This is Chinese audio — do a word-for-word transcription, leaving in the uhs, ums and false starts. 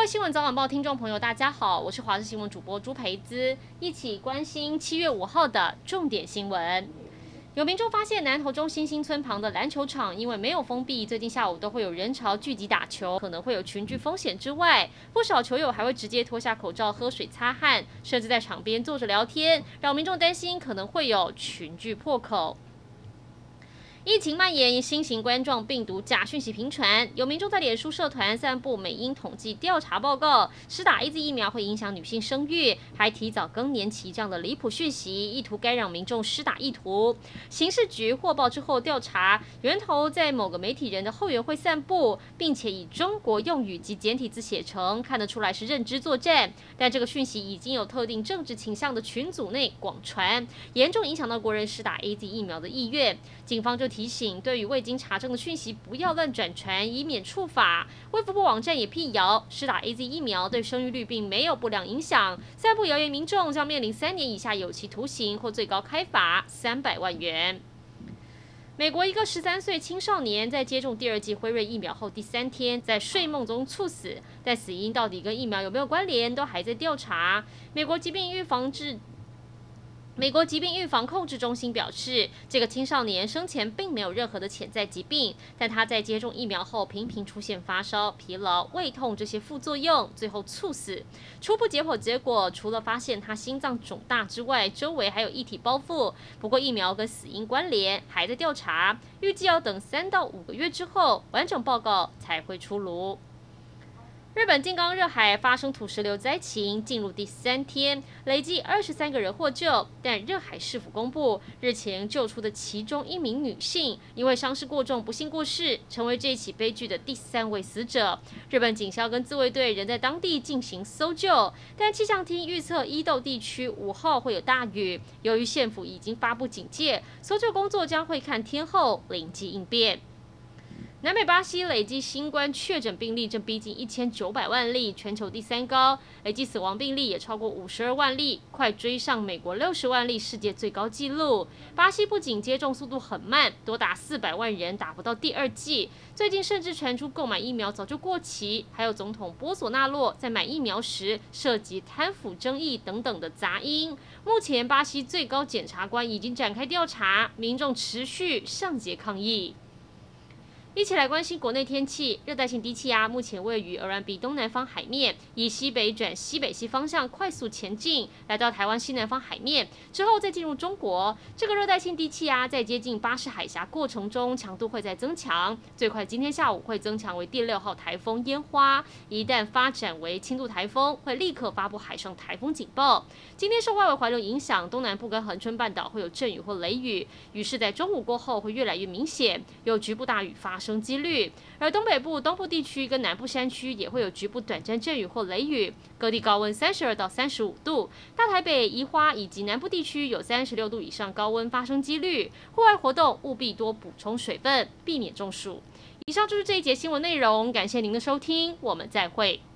新闻早晚报听众朋友，大家好，我是华视新闻主播朱培姿，一起关心七月五号的重点新闻。有民众发现南投中新兴村旁的篮球场因为没有封闭，最近下午都会有人潮聚集打球，可能会有群聚风险之外，不少球友还会直接脱下口罩喝水擦汗，甚至在场边坐着聊天，让民众担心可能会有群聚破口。疫情蔓延，新型冠状病毒假讯息频传，有民众在脸书社团散布美英统计调查报告，施打 A Z 疫苗会影响女性生育，还提早更年期这样的离谱讯息，意图干扰民众施打意图。刑事局获报之后调查，源头在某个媒体人的后援会散布，并且以中国用语及简体字写成，看得出来是认知作战。但这个讯息已经有特定政治倾向的群组内广传，严重影响到国人施打 A Z 疫苗的意愿。警方就提醒，对于未经查证的讯息，不要乱转传，以免触法。卫福部网站也辟谣，施打 A Z 疫苗对生育率并没有不良影响。散布谣言民众将面临三年以下有期徒刑或最高开罚三百万元。美国一个十三岁青少年在接种第二剂辉瑞疫苗后第三天，在睡梦中猝死，但死因到底跟疫苗有没有关联，都还在调查。美国疾病预防治美国疾病预防控制中心表示，这个青少年生前并没有任何的潜在疾病，但他在接种疫苗后频频出现发烧、疲劳、胃痛这些副作用，最后猝死。初步解剖结果，除了发现他心脏肿大之外，周围还有液体包覆。不过疫苗跟死因关联还在调查，预计要等三到五个月之后，完整报告才会出炉。日本静冈热海发生土石流灾情，进入第三天，累计二十三个人获救。但热海市府公布，日前救出的其中一名女性，因为伤势过重不幸过世，成为这起悲剧的第三位死者。日本警消跟自卫队仍在当地进行搜救，但气象厅预测伊豆地区午后会有大雨。由于县府已经发布警戒，搜救工作将会看天候，临机应变。南美巴西累计新冠确诊病例正逼近一千九百万例，全球第三高，累计死亡病例也超过五十二万例，快追上美国六十万例世界最高纪录。巴西不仅接种速度很慢，多达四百万人打不到第二剂，最近甚至传出购买疫苗早就过期，还有总统波索纳洛在买疫苗时涉及贪腐争议等等的杂音。目前巴西最高检察官已经展开调查，民众持续上街抗议。一起来关心国内天气，热带性低气压目前位于鹅銮鼻东南方海面，以西北转西北西方向快速前进，来到台湾西南方海面之后再进入中国。这个热带性低气压在接近巴士海峡过程中，强度会再增强，最快今天下午会增强为第六号台风烟花。一旦发展为轻度台风，会立刻发布海上台风警报。今天受外围环流影响，东南部跟恒春半岛会有阵雨或雷雨，雨势在中午过后会越来越明显，有局部大雨发生。生几率，而东北部、东部地区跟南部山区也会有局部短暂阵雨或雷雨，各地高温三十二到三十五度，大台北、宜花以及南部地区有三十六度以上高温发生几率，户外活动务必多补充水分，避免中暑。以上就是这一节新闻内容，感谢您的收听，我们再会。